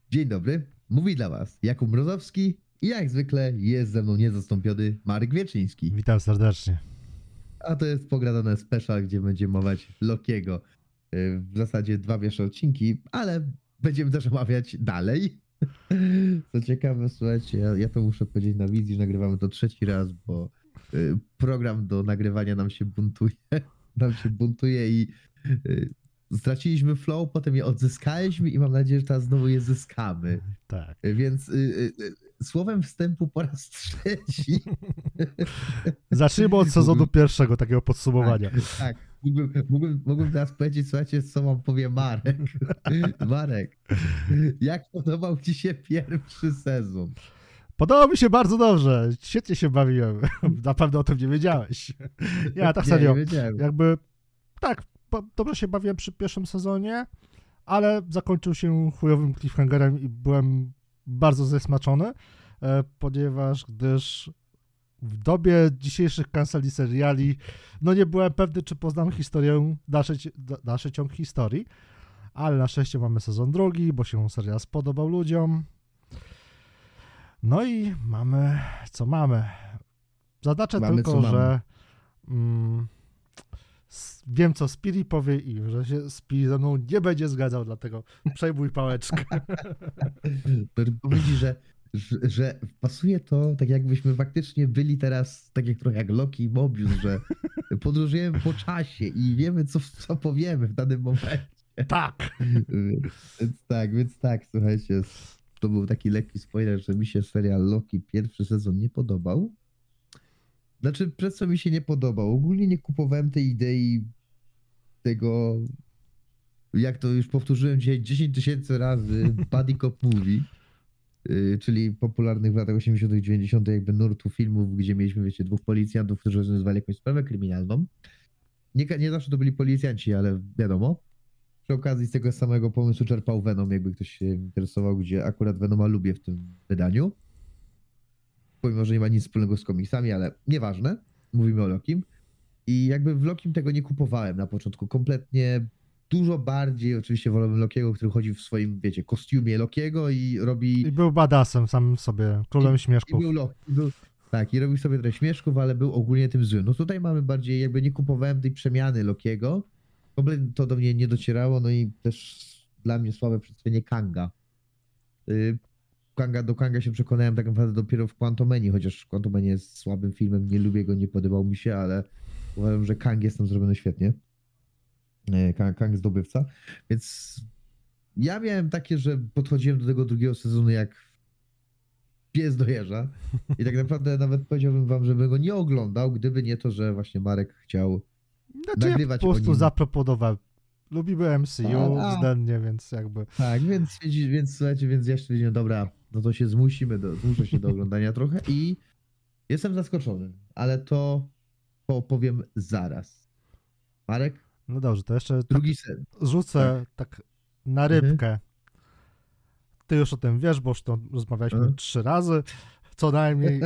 Dzień dobry, mówi dla was Jakub Mrozowski i jak zwykle jest ze mną niezastąpiony Marek Wieczyński. Witam serdecznie. A to jest pogradane special, gdzie będziemy omawiać Lokiego. W zasadzie 2 pierwsze odcinki, ale będziemy też omawiać dalej. Co ciekawe, słuchajcie, ja to muszę powiedzieć na wizji, że nagrywamy to 3. raz, bo program do nagrywania nam się buntuje. I straciliśmy flow, potem je odzyskaliśmy i mam nadzieję, że teraz znowu je zyskamy. Tak. Więc słowem wstępu po raz 3. Zacznijmy od sezonu pierwszego, takiego podsumowania. Tak. Mógłbym teraz powiedzieć, słuchajcie, co wam powie Marek. Marek, jak podobał ci się pierwszy sezon? Podobał mi się bardzo dobrze. Świetnie się bawiłem. Na pewno o tym nie wiedziałeś. Ja tak serio. Nie wiedziałem. Jakby tak, dobrze się bawiłem przy pierwszym sezonie, ale zakończył się chujowym cliffhangerem i byłem bardzo zesmaczony, gdyż w dobie dzisiejszych canceli seriali, no nie byłem pewny, czy poznam historię, dalszy ciąg historii, ale na szczęście mamy sezon 2, bo się serial spodobał ludziom. No i mamy, co mamy. Zaznaczę tylko, że wiem, co Spiri powie i że się Spiri ze mną nie będzie zgadzał, dlatego przejmuj pałeczkę. Powiedzi, że pasuje to, tak jakbyśmy faktycznie byli teraz, tak jak trochę jak Loki i Mobius, że podróżujemy po czasie i wiemy, co powiemy w danym momencie. Tak. Więc tak, słuchajcie, to był taki lekki spoiler, że mi się serial Loki pierwszy sezon nie podobał. Znaczy, przez co mi się nie podobał? Ogólnie nie kupowałem tej idei tego, jak to już powtórzyłem dzisiaj 10 000 razy, buddy cop movie, czyli popularnych w latach 80 -tych, 90 -tych jakby nurtu filmów, gdzie mieliśmy, wiecie, 2 policjantów, którzy rozwiązywali jakąś sprawę kryminalną. Nie zawsze to byli policjanci, ale wiadomo. Przy okazji z tego samego pomysłu czerpał Venom, jakby ktoś się interesował, gdzie akurat Venoma lubię w tym wydaniu. Pomimo, że nie ma nic wspólnego z komiksami, ale nieważne. Mówimy o Lokim. I jakby w Lokim tego nie kupowałem na początku. Kompletnie dużo bardziej oczywiście wolałem Lokiego, który chodzi w swoim, wiecie, kostiumie Lokiego i robi... I był badassem sam sobie, królem śmieszków. I był Loki. Tak, i robił sobie trochę śmieszków, ale był ogólnie tym złym. No tutaj mamy bardziej, jakby nie kupowałem tej przemiany Lokiego. Kompletnie to do mnie nie docierało, no i też dla mnie słabe przedstawienie Kanga. Do Kanga się przekonałem tak naprawdę dopiero w Quantumanie, chociaż Quantumanie jest słabym filmem, nie lubię go, nie podobał mi się, ale uważam, że Kang jest tam zrobiony świetnie. Kang zdobywca. Więc ja miałem takie, że podchodziłem do tego drugiego sezonu jak pies do jeża i tak naprawdę nawet powiedziałbym wam, żebym go nie oglądał, gdyby nie to, że właśnie Marek chciał nagrywać ja po prostu o nim. zaproponowałem. Lubimy MCU względnie, więc jakby... Tak, więc słuchajcie, więc ja stwierdziłem, dobra, no to się zmuszę się do oglądania trochę i jestem zaskoczony, ale to powiem zaraz. Marek? No dobrze, to jeszcze Drugi rzucę tak na rybkę. Ty już o tym wiesz, bo już to rozmawialiśmy 3 razy, co najmniej.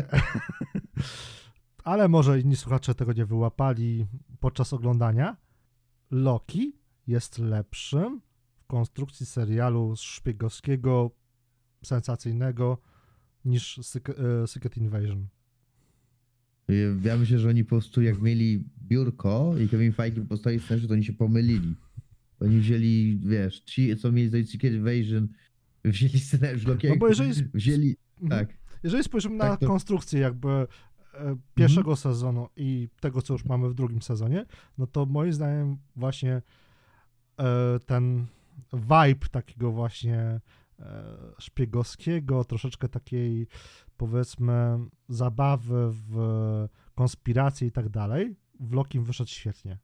Ale może inni słuchacze tego nie wyłapali podczas oglądania. Loki jest lepszym w konstrukcji serialu szpiegowskiego, sensacyjnego niż Secret Invasion. Ja myślę, że oni po prostu jak mieli biurko i Kevin Feige postawił scenariusz, to oni się pomylili. Oni wzięli, wiesz, ci, co mieli zrobić Secret Invasion, wzięli scenariusz Lokiego, no bo jeżeli spojrzymy na konstrukcję jakby pierwszego sezonu i tego, co już mamy w drugim sezonie, no to moim zdaniem właśnie ten vibe takiego właśnie szpiegowskiego, troszeczkę takiej, powiedzmy, zabawy w konspiracje i tak dalej, w Lokim wyszedł świetnie.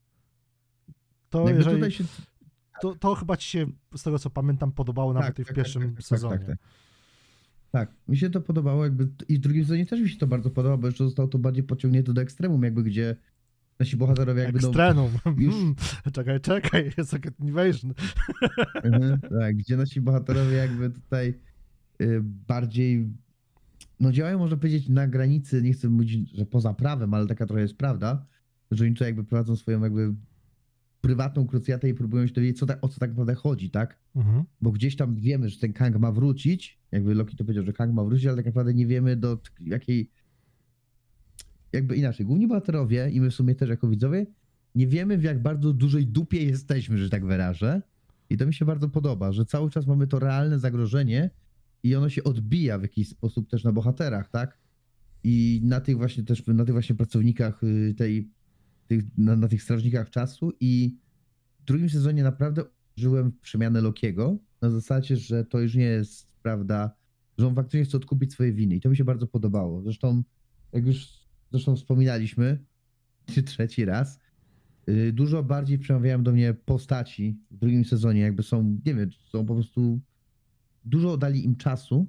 To jeżeli... To chyba ci się, z tego co pamiętam, podobało nawet i w pierwszym sezonie. Tak, mi się to podobało jakby i w drugim sezonie też mi się to bardzo podobało, bo jeszcze zostało to bardziej pociągnięte do ekstremum, jakby gdzie nasi bohaterowie jakby... Ekstremum. Czekaj, jest Secret Invasion. Tak, gdzie nasi bohaterowie jakby tutaj bardziej, no działają, można powiedzieć, na granicy, nie chcę mówić, że poza prawem, ale taka trochę jest prawda, że oni tutaj jakby prowadzą swoją jakby prywatną krucjatę i próbują się dowiedzieć, o co tak naprawdę chodzi, tak? Mhm. Bo gdzieś tam wiemy, że ten Kang ma wrócić, jakby Loki to powiedział, że Kang ma wrócić, ale tak naprawdę nie wiemy do jakiej, jakby inaczej, główni bohaterowie i my w sumie też jako widzowie, nie wiemy w jak bardzo dużej dupie jesteśmy, że tak wyrażę. I to mi się bardzo podoba, że cały czas mamy to realne zagrożenie i ono się odbija w jakiś sposób też na bohaterach, tak? I na tych właśnie pracownikach na tych strażnikach czasu i w drugim sezonie naprawdę użyłem przemianę Lokiego na zasadzie, że to już nie jest prawda, że on faktycznie chce odkupić swoje winy i to mi się bardzo podobało. Zresztą, jak już wspominaliśmy, trzeci raz, dużo bardziej przemawiają do mnie postaci w drugim sezonie, jakby są, nie wiem, są po prostu, dużo dali im czasu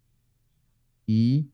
i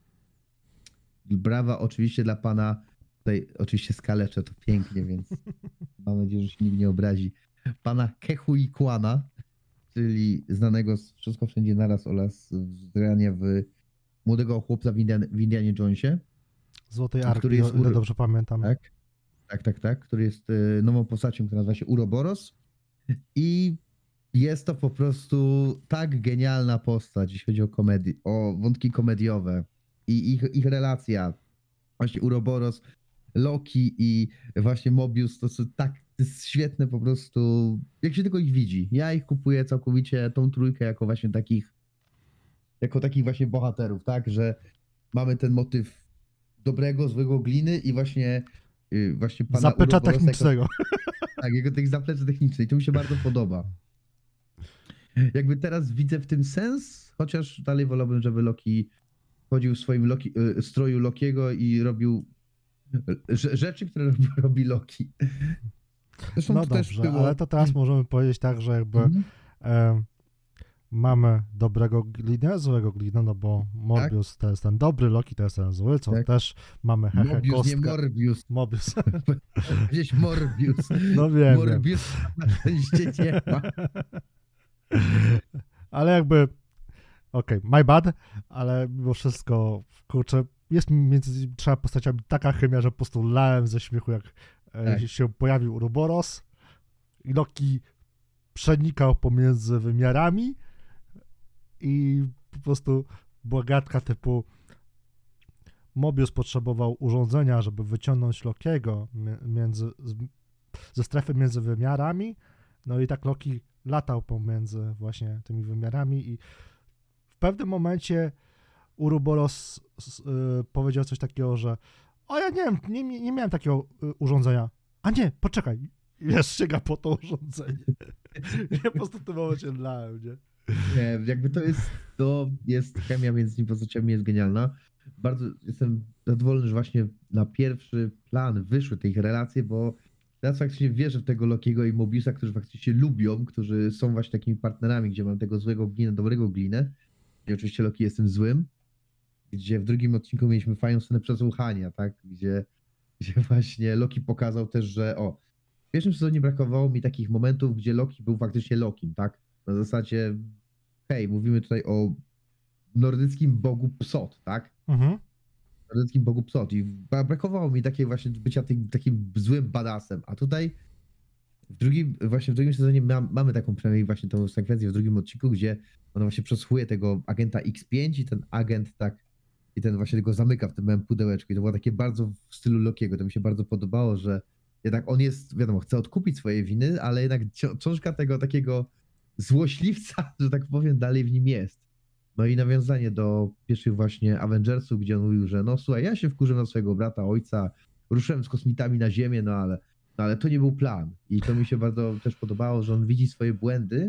brawa oczywiście dla pana, tutaj oczywiście skaleczę to pięknie, więc mam nadzieję, że się nikt nie obrazi, pana Kehui Kwana, czyli znanego z Wszystko Wszędzie Naraz oraz z grania w młodego chłopca w Indianie Jonesie. Złotej Arki, który jest ile dobrze pamiętam. Tak, który jest nową postacią, która nazywa się Uroboros i jest to po prostu tak genialna postać, jeśli chodzi o wątki komediowe i ich relacja. Właśnie Uroboros, Loki i właśnie Mobius to jest świetne po prostu, jak się tylko ich widzi. Ja ich kupuję całkowicie, tą trójkę jako właśnie takich właśnie bohaterów, tak, że mamy ten motyw dobrego, złego gliny i właśnie pana Zaplecza Uroborosa technicznego. Tak, jego tych zapleczy technicznych. To mi się bardzo podoba. Jakby teraz widzę w tym sens, chociaż dalej wolałbym, żeby Loki chodził w swoim stroju Lokiego i robił rzeczy, które robi Loki. Zresztą No to dobrze, też było... ale to teraz możemy powiedzieć tak, że jakby mamy dobrego glinę, złego glinę, no bo Morbius to jest ten dobry, Loki to jest ten zły, co też mamy Mobius, kostkę. nie Morbius. Mobius. Gdzieś Morbius. No wiem. Morbius na szczęście nie ma. Ale jakby, okej, my bad, ale mimo wszystko, kurczę, jest między trzema postaciami taka chemia, że po prostu lałem ze śmiechu, jak się pojawił Uroboros i Loki przenikał pomiędzy wymiarami i po prostu była gadka typu Mobius potrzebował urządzenia, żeby wyciągnąć Lokiego ze strefy między wymiarami, no i tak Loki latał pomiędzy właśnie tymi wymiarami i w pewnym momencie Uroboros powiedział coś takiego, że ja nie wiem, nie miałem takiego urządzenia. A nie, poczekaj, ja sięga po to urządzenie. Ja po prostu w tym momencie lałem, nie? Nie, jakby to jest chemia między tymi postaciami jest genialna. Bardzo jestem zadowolony, że właśnie na pierwszy plan wyszły te ich relacje, bo teraz faktycznie wierzę w tego Lokiego i Mobiusa, którzy faktycznie się lubią, którzy są właśnie takimi partnerami, gdzie mam tego złego glinę, dobrego glinę. I oczywiście Loki jest tym złym, gdzie w drugim odcinku mieliśmy fajną scenę przesłuchania, tak? Gdzie właśnie Loki pokazał też, że w pierwszym sezonie brakowało mi takich momentów, gdzie Loki był faktycznie Lokim, tak? Na zasadzie, hej, mówimy tutaj o nordyckim bogu Psot, tak? Mhm. Nordyckim bogu Psot i brakowało mi takiej właśnie bycia takim złym badassem, a tutaj w drugim sezonie mamy taką przynajmniej właśnie tą sekwencję w drugim odcinku, gdzie ona właśnie przesłuchuje tego agenta X5 i ten agent i ten właśnie go zamyka w tym małym pudełeczku i to było takie bardzo w stylu Lokiego, to mi się bardzo podobało, że jednak on jest, wiadomo, chce odkupić swoje winy, ale jednak cząstka tego takiego złośliwca, że tak powiem, dalej w nim jest. No i nawiązanie do pierwszych właśnie Avengersów, gdzie on mówił, że no słuchaj, ja się wkurzę na swojego brata, ojca, ruszyłem z kosmitami na ziemię, no ale to nie był plan. I to mi się bardzo też podobało, że on widzi swoje błędy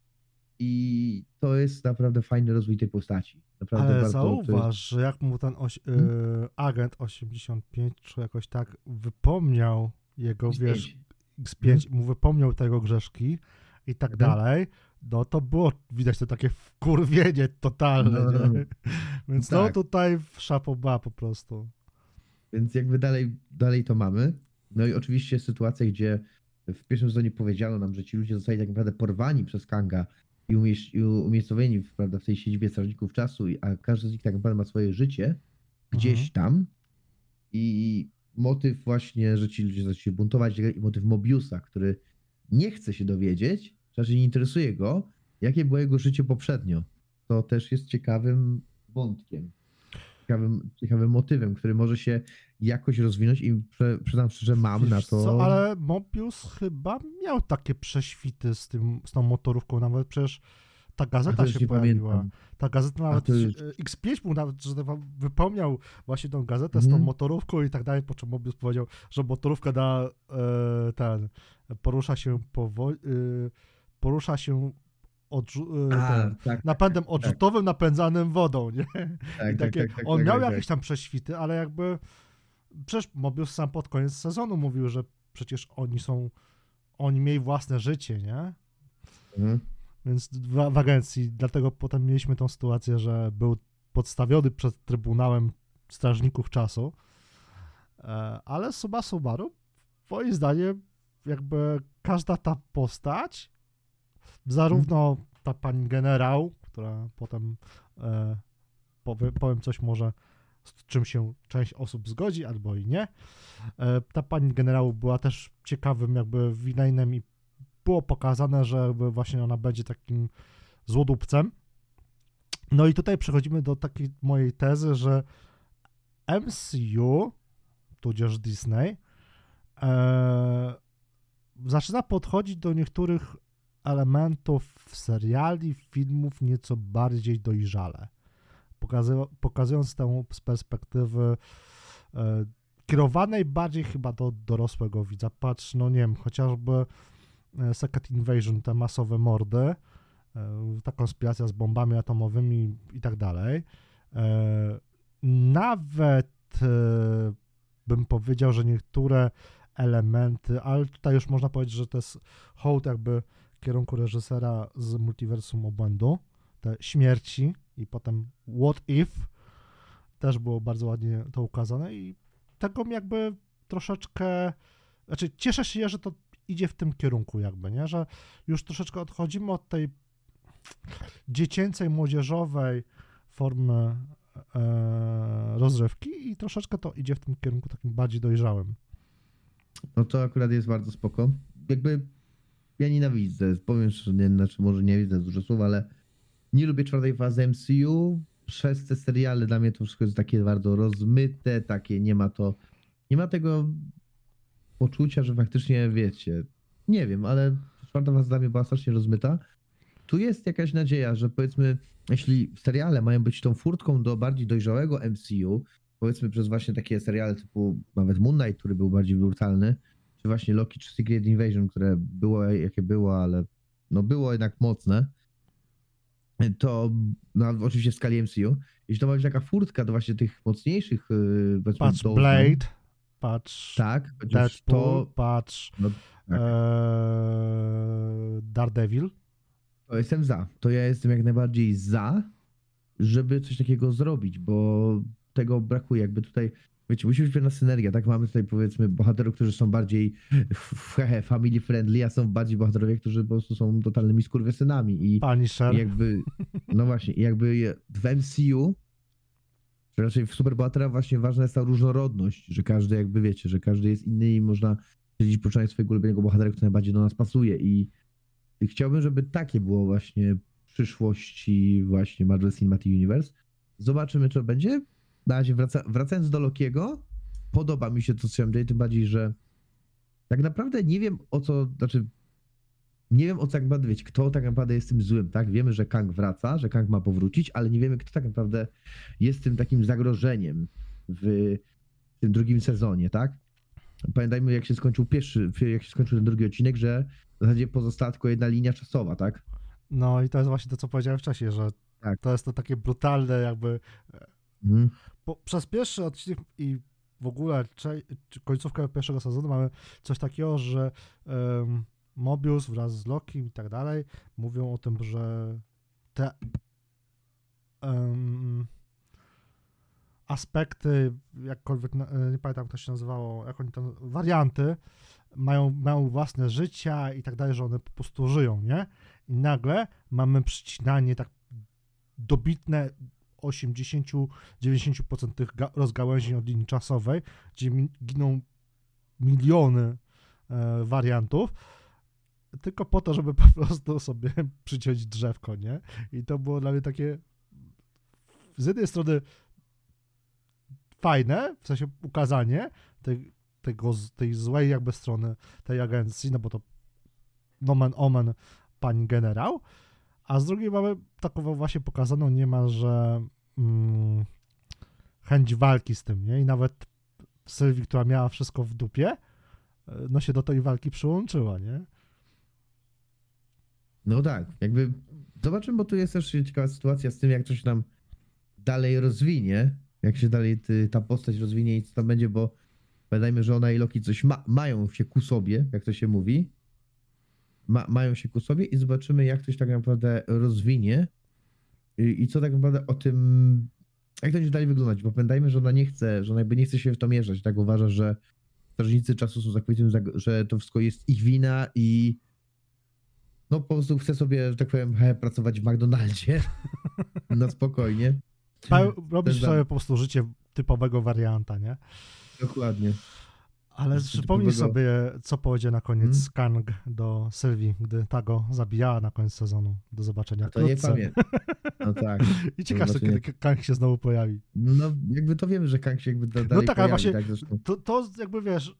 i to jest naprawdę fajny rozwój tej postaci. Naprawdę ale bardzo, zauważ, że jak mu ten agent 85 czy jakoś tak wypomniał jego, X5. wiesz, X5 mu wypomniał tego grzeszki i tak dalej, no to było widać to takie wkurwienie totalne, nie? Więc tak. no tutaj szapoba po prostu. Więc jakby dalej to mamy. No i oczywiście sytuacja, gdzie w pierwszym sezonie powiedziano nam, że ci ludzie zostali tak naprawdę porwani przez Kanga i umiejscowieni prawda, w tej siedzibie Strażników Czasu, a każdy z nich tak naprawdę ma swoje życie gdzieś tam. I motyw właśnie, że ci ludzie zaczęli się buntować i motyw Mobiusa, który nie chce się dowiedzieć, raczej nie interesuje go, jakie było jego życie poprzednio. To też jest ciekawym wątkiem, ciekawym motywem, który może się jakoś rozwinąć i przyznam szczerze, mam na Wiesz to... co, ale Mobius chyba miał takie prześwity z tą motorówką, nawet przecież ta A to gazeta już się nie pojawiła. pamiętam. Ta gazeta A nawet, to już... X5 mu nawet, że tak powiem, wypełniał właśnie tą gazetę z tą Mhm. motorówką i tak dalej, po czym Mobius powiedział, że motorówka porusza się porusza się A, tak, napędem tak, odrzutowym napędzanym wodą, nie? I tak, tak, takie, tak, tak, on tak, miał tak, jakieś tak. tam prześwity, ale jakby przecież Mobius sam pod koniec sezonu mówił, że przecież oni mieli własne życie, nie? Mhm. Więc w agencji, dlatego potem mieliśmy tą sytuację, że był podstawiony przed Trybunałem Strażników Czasu, ale summa summarum, moim zdaniem, jakby każda ta postać, zarówno ta pani generał, która potem powiem coś może, z czym się część osób zgodzi, albo i nie. Ta pani generał była też ciekawym jakby wileinem i było pokazane, że jakby właśnie ona będzie takim złodupcem. No i tutaj przechodzimy do takiej mojej tezy, że MCU, tudzież Disney, zaczyna podchodzić do niektórych elementów seriali, filmów nieco bardziej dojrzale. Pokazując tę z perspektywy kierowanej bardziej chyba do dorosłego widza. Patrz, no nie wiem, chociażby Second Invasion, te masowe mordy, ta konspiracja z bombami atomowymi i tak dalej. Nawet bym powiedział, że niektóre elementy, ale tutaj już można powiedzieć, że to jest hołd jakby w kierunku reżysera z Multiversum Obłędu, te śmierci i potem What If też było bardzo ładnie to ukazane i tego jakby troszeczkę, znaczy cieszę się, że to idzie w tym kierunku jakby, nie, że już troszeczkę odchodzimy od tej dziecięcej, młodzieżowej formy rozrywki i troszeczkę to idzie w tym kierunku takim bardziej dojrzałym. No to akurat jest bardzo spoko. Jakby ja nienawidzę, powiem szczerze, znaczy może nie widzę dużo słów, ale nie lubię czwartej fazy MCU. Przez te seriale dla mnie to wszystko jest takie bardzo rozmyte, takie nie ma tego poczucia, że faktycznie wiecie, nie wiem, ale czwarta faza dla mnie była strasznie rozmyta. Tu jest jakaś nadzieja, że powiedzmy, jeśli seriale mają być tą furtką do bardziej dojrzałego MCU, powiedzmy przez właśnie takie seriale typu nawet Moon Knight, który był bardziej brutalny, czy właśnie Loki, czy Secret Invasion, które było jakie było, ale no było jednak mocne, to no, oczywiście w skali MCU, jeśli to ma być taka furtka do właśnie tych mocniejszych Patrz doznań, Blade, patrz tak, chociaż Deadpool, to, patrz no, tak, Daredevil. to jestem za. To ja jestem jak najbardziej za, żeby coś takiego zrobić, bo tego brakuje. Jakby tutaj, wiecie, musi być pewna synergia, tak? Mamy tutaj powiedzmy bohaterów, którzy są bardziej family friendly, a są bardziej bohaterowie, którzy po prostu są totalnymi skurwysynami i Punisher. jakby, no właśnie, jakby w MCU, czy raczej w superbohaterach właśnie ważna jest ta różnorodność, że każdy jakby wiecie, że każdy jest inny i można śledzić poczynanie swojego ulubionego bohatera, który najbardziej do nas pasuje i chciałbym, żeby takie było właśnie w przyszłości właśnie Marvel Cinematic Universe. Zobaczymy, co będzie. Na razie wracając do Lokiego, podoba mi się to, co się dzieje, tym bardziej, że tak naprawdę nie wiem o co, znaczy nie wiem o co tak naprawdę, wiecie, kto tak naprawdę jest tym złym, tak? Wiemy, że Kang wraca, że Kang ma powrócić, ale nie wiemy, kto tak naprawdę jest tym takim zagrożeniem w tym drugim sezonie, tak? Pamiętajmy, jak się skończył ten drugi odcinek, że w zasadzie pozostała tylko jedna linia czasowa, tak? No i to jest właśnie to, co powiedziałem wcześniej, że Tak. to jest to takie brutalne jakby Mhm. przez pierwszy odcinek i w ogóle końcówkę pierwszego sezonu mamy coś takiego, że Mobius wraz z Loki i tak dalej mówią o tym, że te aspekty, jakkolwiek, nie pamiętam jak to się nazywało, jak oni tam, warianty, mają własne życia i tak dalej, że one po prostu żyją, nie? I nagle mamy przycinanie tak dobitne 80-90% tych rozgałęzień od linii czasowej, gdzie giną miliony wariantów, tylko po to, żeby po prostu sobie przyciąć drzewko, nie? I to było dla mnie takie z jednej strony fajne, w sensie ukazanie tej złej jakby strony tej agencji, no bo to nomen omen pani generał, a z drugiej mamy taką właśnie pokazaną niemalże chęć walki z tym, nie? I nawet Sylwii, która miała wszystko w dupie, no się do tej walki przyłączyła, nie? No tak, jakby zobaczymy, bo tu jest też ciekawa sytuacja z tym, jak to się tam dalej rozwinie, jak się dalej ta postać rozwinie i co tam będzie, bo pamiętajmy, że ona i Loki coś mają się ku sobie, jak to się mówi, mają się ku sobie i zobaczymy, jak to się tak naprawdę rozwinie i co tak naprawdę o tym, jak to będzie dalej wyglądać, bo pamiętajmy, że ona nie chce, że ona jakby nie chce się w to mieszać, tak uważa, że strażnicy czasu są zakrytym, że to wszystko jest ich wina i no po prostu chce sobie, że tak powiem, pracować w McDonaldzie na spokojnie. Robisz sobie po prostu życie typowego warianta, nie? Dokładnie. Ale przypomnij sobie, co powiedział na koniec Kang do Sylwii, gdy ta go zabijała na koniec sezonu. Do zobaczenia to nie pamiętam. No tak. I ciekawe, kiedy Kang się znowu pojawi. No jakby to wiemy, że Kang się jakby dalej no tak, pojawi, ale właśnie tak, to jakby wiesz,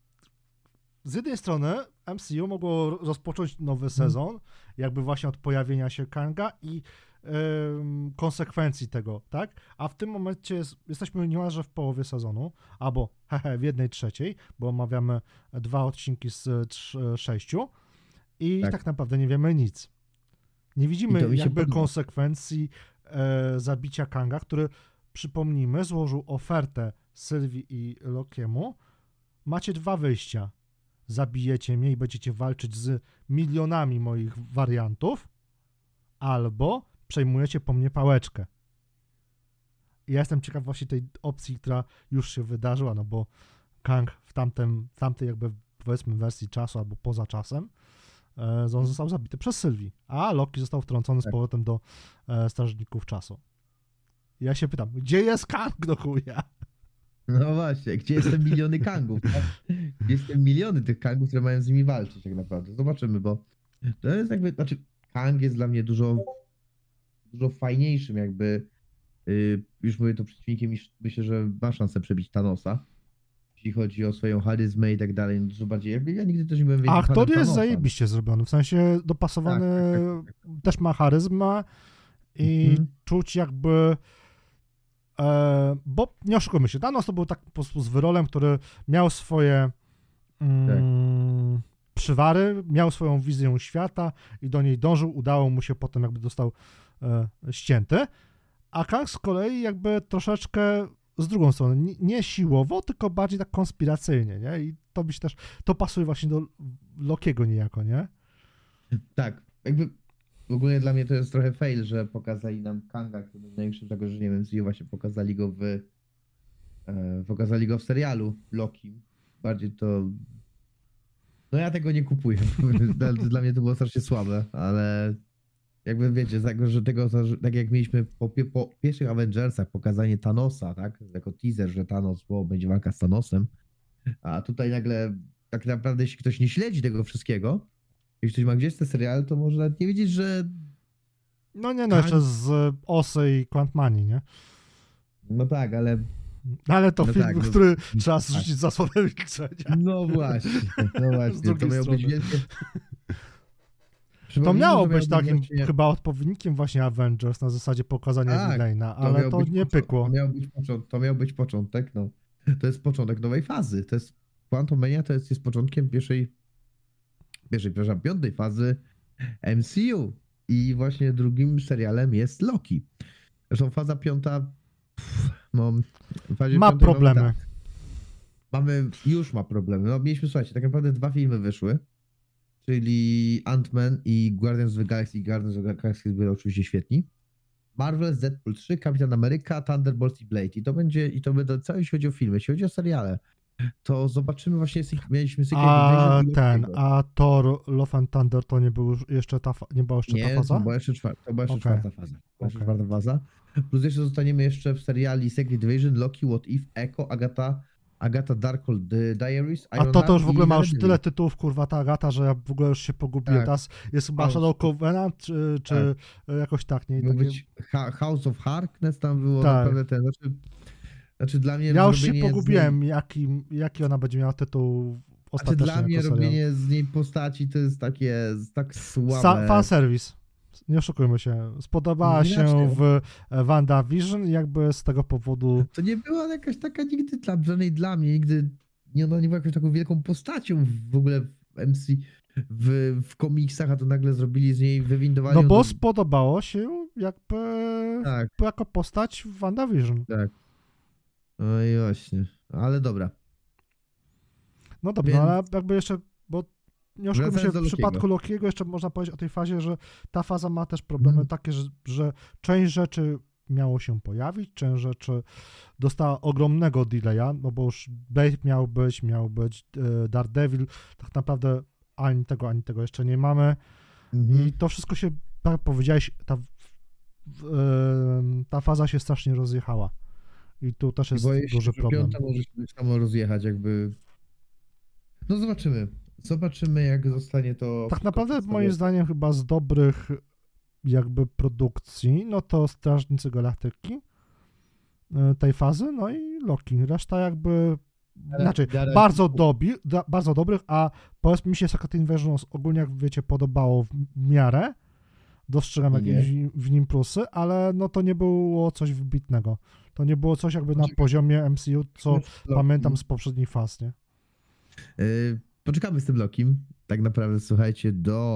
z jednej strony MCU mogło rozpocząć nowy sezon, jakby właśnie od pojawienia się Kanga i konsekwencji tego, tak? A w tym momencie jesteśmy niemalże w połowie sezonu, albo w 1/3, bo omawiamy 2 odcinki z 6 i tak naprawdę nie wiemy nic. Nie widzimy jakby konsekwencji zabicia Kanga, który, przypomnijmy, złożył ofertę Sylwii i Lokiemu. Macie 2 wyjścia. Zabijecie mnie i będziecie walczyć z milionami moich wariantów, albo przejmujecie po mnie pałeczkę. I ja jestem ciekaw właśnie tej opcji, która już się wydarzyła, no bo Kang w tamtej jakby powiedzmy wersji czasu albo poza czasem został zabity przez Sylwii, a Loki został wtrącony z powrotem do Strażników Czasu. I ja się pytam, gdzie jest Kang do chuja? No właśnie, gdzie są miliony Kangów? Tak? Gdzie są miliony tych Kangów, które mają z nimi walczyć tak naprawdę? Zobaczymy, bo to jest jakby, znaczy Kang jest dla mnie dużo fajniejszym jakby, już mówię to przeciwnikiem, niż myślę, że ma szansę przebić Thanosa, jeśli chodzi o swoją charyzmę i tak dalej, no dużo bardziej, jakby ja nigdy też nie byłem fanem Thanosa. Aktor jest zajebiście zrobiony, w sensie dopasowany, tak. Też ma charyzmę i czuć jakby, bo nie oszukujmy się, Thanos to był tak po prostu z wyrolem, który miał swoje przywary, miał swoją wizję świata i do niej dążył, udało mu się, potem jakby dostał ścięty, a Kang z kolei jakby troszeczkę z drugą stronę, nie siłowo, tylko bardziej tak konspiracyjnie, nie? I to by się też, to pasuje właśnie do Lokiego niejako, nie? Tak, jakby w ogóle dla mnie to jest trochę fail, że pokazali nam Kanga, który był największym zagrożeniem MCU, właśnie pokazali go w serialu Loki. Bardziej to... No ja tego nie kupuję. Dla mnie to było strasznie słabe, ale jakby wiecie, że tak jak mieliśmy po pierwszych Avengersach pokazanie Thanosa, tak? Jako teaser, że Thanos, będzie walka z Thanosem, a tutaj nagle tak naprawdę jeśli ktoś nie śledzi tego wszystkiego, jeśli ktoś ma gdzieś te seriale, to może nawet nie wiedzieć, że... No nie, no jeszcze z Osy i Quantmani, nie? No tak, ale... Ale to film, tak, który trzeba zrzucić zasłonę milczenia. No właśnie, to miało być wielkie... To miało być takim chyba odpowiednikiem właśnie Avengers na zasadzie pokazania Villaina, ale to nie pykło. To miał być początek, no. To jest początek nowej fazy. To jest Quantumania, to jest początkiem piątej fazy MCU. I właśnie drugim serialem jest Loki. Zresztą faza piąta ma problemy. Już ma problemy. No mieliśmy, słuchajcie, tak naprawdę 2 filmy wyszły, czyli Ant-Man i Guardians of the Galaxy. Guardians of the Galaxy byli oczywiście świetni. Marvel, Deadpool 3, Kapitan Ameryka, Thunderbolts i Blade. I to będą cały, jeśli chodzi o filmy, jeśli chodzi o seriale. to zobaczymy właśnie, mieliśmy Secret Invasion i Lokiego. A Thor Love and Thunder to nie był jeszcze nie była jeszcze ta Nie, faza? to była jeszcze Okej. czwarta faza. Okej. Czwarta faza. Plus jeszcze zostaniemy jeszcze w seriali Secret Invasion, Loki, What If, Echo, Agatha Darkhold Diaries, A Iron to Man już w ogóle i ma już Daredevil. tyle tytułów, kurwa, ta Agata, że ja w ogóle już się pogubiłem. Tak. Teraz jest chyba House. Shadow Covenant, czy jakoś tak, nie? Miał Takie... być House of Harkness tam było Tak. naprawdę ten, znaczy dla mnie Ja już się zrobienie z niej- pogubiłem, jaki ona będzie miała tytuł Znaczy ostatecznie dla mnie jako serial. robienie z niej postaci to jest tak słabe. Fanservice. Nie oszukujmy się. Spodobała Nie się raczej. w WandaVision i jakby z tego powodu... To nie była jakaś taka nigdy przynajmniej dla mnie, nigdy ona nie była jakąś taką wielką postacią w ogóle w MC, w komiksach, a to nagle zrobili z niej, wywindowali No ją bo do- spodobało się jakby Tak, jako postać w WandaVision. tak. No i właśnie, ale dobra. No dobra, Więc- no ale jakby jeszcze, bo nie oszukujmy się, Wracając do w Lokiego. przypadku Lokiego jeszcze można powiedzieć o tej fazie, że ta faza ma też problemy takie, że część rzeczy miało się pojawić, część rzeczy dostała ogromnego delaya, no bo już Blade miał być Daredevil, tak naprawdę ani tego jeszcze nie mamy i to wszystko się, tak jak powiedziałeś, ta faza się strasznie rozjechała i tu też jest Boję się, duży że problem. piąta może się tak samo rozjechać jakby. No zobaczymy. Zobaczymy jak zostanie to. Tak naprawdę wszystko moim zdaniem chyba z dobrych jakby produkcji, no to Strażnicy Galaktyki tej fazy, no i Loki. Reszta jakby inaczej, bardzo dobrych, a powiedzmy mi się Secret Invasion ogólnie, jak wiecie, podobało w miarę. Dostrzegam Nie. jakieś w nim plusy, ale no to nie było coś wybitnego. To nie było coś jakby na poziomie MCU, co Loki. pamiętam z poprzednich faz, nie? Poczekamy z tym Lokim. Tak naprawdę, słuchajcie,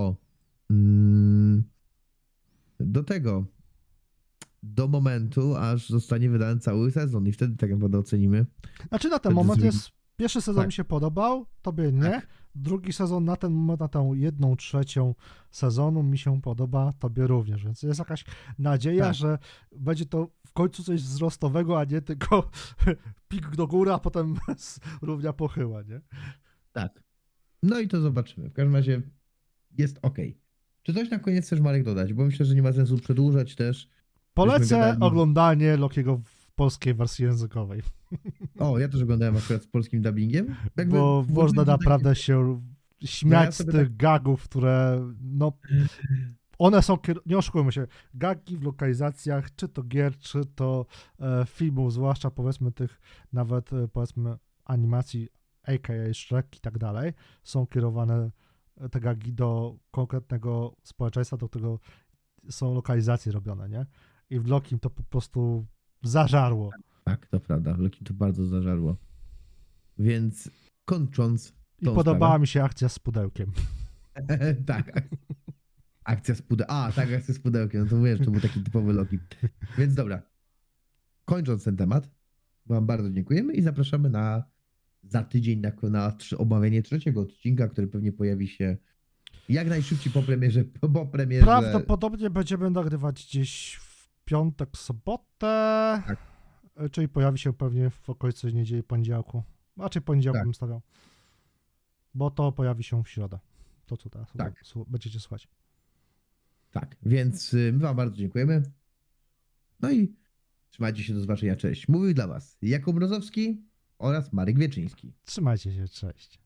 do momentu, aż zostanie wydany cały sezon i wtedy tak naprawdę ocenimy. Znaczy na ten Wtedy moment zrobimy- jest, pierwszy sezon Tak. mi się podobał, tobie nie, Tak. drugi sezon na ten moment, na tę 1/3 sezonu mi się podoba, tobie również, więc jest jakaś nadzieja, Tak. że będzie to w końcu coś wzrostowego, a nie tylko pik do góry, a potem równia pochyła, nie? Tak. No i to zobaczymy. W każdym razie jest ok. Czy coś na koniec chcesz, Marek, dodać? Bo myślę, że nie ma sensu przedłużać też. Polecę gadali- oglądanie Lokiego w polskiej wersji językowej, O, ja też oglądałem akurat z polskim dubbingiem. bo można naprawdę się śmiać z sobie tych gagów, które no one są, nie oszukujmy się, gagi w lokalizacjach, czy to gier, czy to filmów, zwłaszcza powiedzmy tych nawet powiedzmy animacji, a.k.a. Shrek i tak dalej, są kierowane te gagi do konkretnego społeczeństwa, do którego są lokalizacje robione, nie? I w Lokim to po prostu zażarło. Tak, to prawda. Loki to bardzo zażarło. Więc kończąc I tą podobała mi się akcja z pudełkiem. sprawę. Tak. Akcja z pudełkiem. Tak, akcja z pudełkiem. No to wiesz, to był taki typowy Loki. Więc dobra. Kończąc ten temat, wam bardzo dziękujemy i zapraszamy za tydzień na omawianie trzeciego odcinka, który pewnie pojawi się jak najszybciej po premierze. Prawdopodobnie będziemy nagrywać gdzieś w piątek, sobotę, czyli pojawi się pewnie w okolicy niedzieli, poniedziałku. Raczej poniedziałku Tak. bym stawiał. Bo to pojawi się w środę. To, co teraz Tak. będziecie słuchać. Tak, więc my wam bardzo dziękujemy. No i trzymajcie się, do zobaczenia, cześć. Mówił dla was Jakub Mrozowski oraz Marek Wieczyński. Trzymajcie się, cześć.